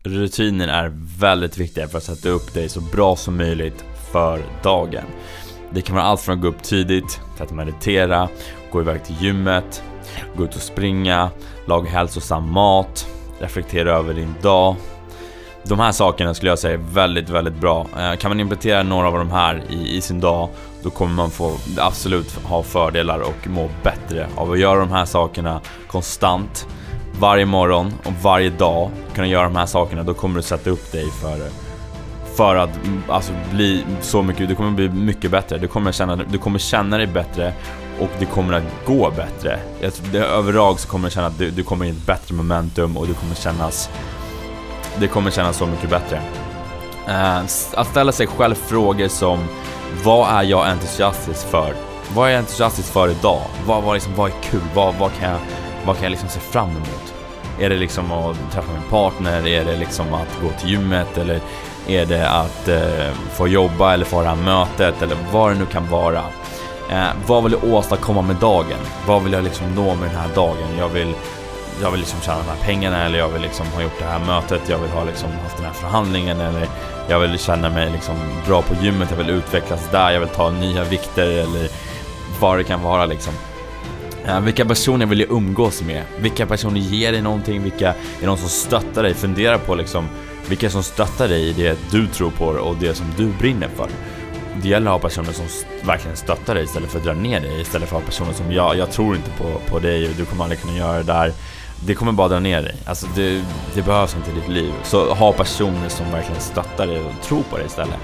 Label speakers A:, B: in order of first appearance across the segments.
A: rutiner är väldigt viktiga för att sätta upp dig så bra som möjligt för dagen. Det kan vara allt från att gå upp tidigt, att meditera, gå iväg till gymmet, gå ut och springa, laga hälsosam mat, reflektera över din dag. De här sakerna skulle jag säga är väldigt, väldigt bra. Kan man implementera några av de här i sin dag, då kommer man få absolut ha fördelar och må bättre av att göra de här sakerna konstant. Varje morgon och varje dag kan du göra de här sakerna, då kommer du sätta upp dig för att alltså, bli så mycket. Du kommer bli mycket bättre. Du kommer känna dig bättre och det kommer att gå bättre. Överlag så kommer du känna att du kommer in ett bättre momentum och det kommer kännas så mycket bättre. Att ställa sig själv frågor som: vad är jag entusiastisk för? Vad är jag entusiastisk för idag? Vad är kul? Vad kan jag liksom se fram emot? Är det liksom att träffa min partner? Är det liksom att gå till gymmet? Eller är det att få jobba eller få det här mötet? Eller vad det nu kan vara. Vad vill jag åstadkomma med dagen? Vad vill jag liksom nå med den här dagen? Jag vill liksom tjäna de här pengarna, eller jag vill liksom ha gjort det här mötet, jag vill ha liksom haft den här förhandlingen, eller jag vill känna mig liksom bra på gymmet, jag vill utvecklas där, jag vill ta nya vikter, eller vad det kan vara liksom. Vilka personer vill jag umgås med? Vilka personer ger dig någonting? Vilka är de som stöttar dig? Fundera på liksom vilka som stöttar dig i det du tror på och det som du brinner för. Det gäller att ha personer som verkligen stöttar dig istället för att dra ner dig, istället för att ha personer som jag tror inte på dig och du kommer aldrig kunna göra det där. Det kommer bara dra ner dig. Alltså det behövs inte i ditt liv. Så ha personer som verkligen stöttar dig och tror på dig istället.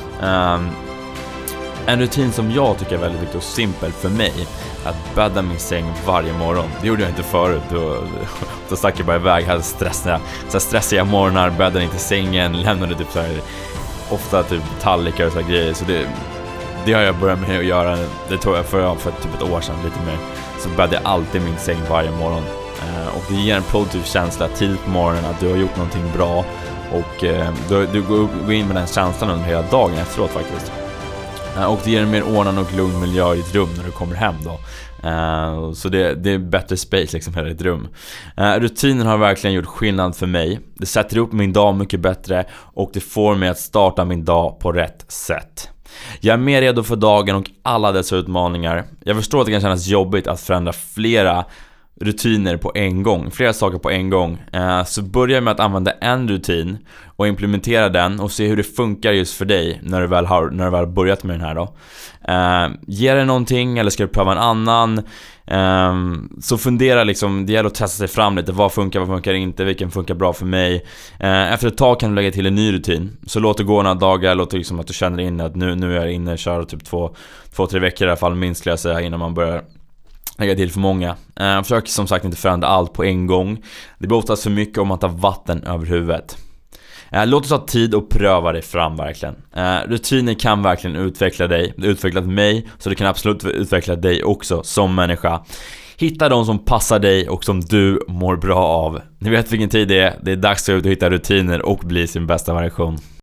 A: En rutin som jag tycker är väldigt viktig och simpel för mig, att bädda min säng varje morgon. Det gjorde jag inte förut. Då stack jag bara iväg, hade stressiga morgnar, bäddade inte sängen, lämnade typ så här, ofta typ tallrikar och så grejer. Så det har jag börjat med att göra. Det tog jag för typ ett år sedan, lite mer. Så bäddade jag alltid min säng varje morgon. Och det ger en positiv känsla tidigt på morgonen att du har gjort någonting bra. Och du går in med den känslan under hela dagen efteråt faktiskt. Och det ger en mer ordnad och lugn miljö i ditt rum när du kommer hem då. Så det är bättre space liksom hela ditt rum. Rutinen har verkligen gjort skillnad för mig. Det sätter upp min dag mycket bättre och det får mig att starta min dag på rätt sätt. Jag är mer redo för dagen och alla dessa utmaningar. Jag förstår att det kan kännas jobbigt att förändra flera rutiner på en gång, flera saker på en gång. Så börja med att använda en rutin och implementera den och se hur det funkar just för dig när du väl har börjat med den här då. Ger det någonting eller ska du pröva en annan? Så fundera liksom, det gäller att testa sig fram lite. Vad funkar inte? Vilken funkar bra för mig? Efter ett tag kan du lägga till en ny rutin. Så låt det gå några dagar, låt det liksom att du känner in att nu är jag inne och kör typ 2-3 veckor i alla fall minst, skulle jag säga, innan man börjar lägga till för många. Försök som sagt inte förändra allt på en gång. Det blir oftast för mycket om man tar vatten över huvudet. Låt oss ha tid och pröva det fram verkligen. Rutiner kan verkligen utveckla dig. Det har utvecklat mig, så det kan absolut utveckla dig också som människa. Hitta de som passar dig och som du mår bra av. Ni vet vilken tid det är. Det är dags att hitta rutiner och bli sin bästa version.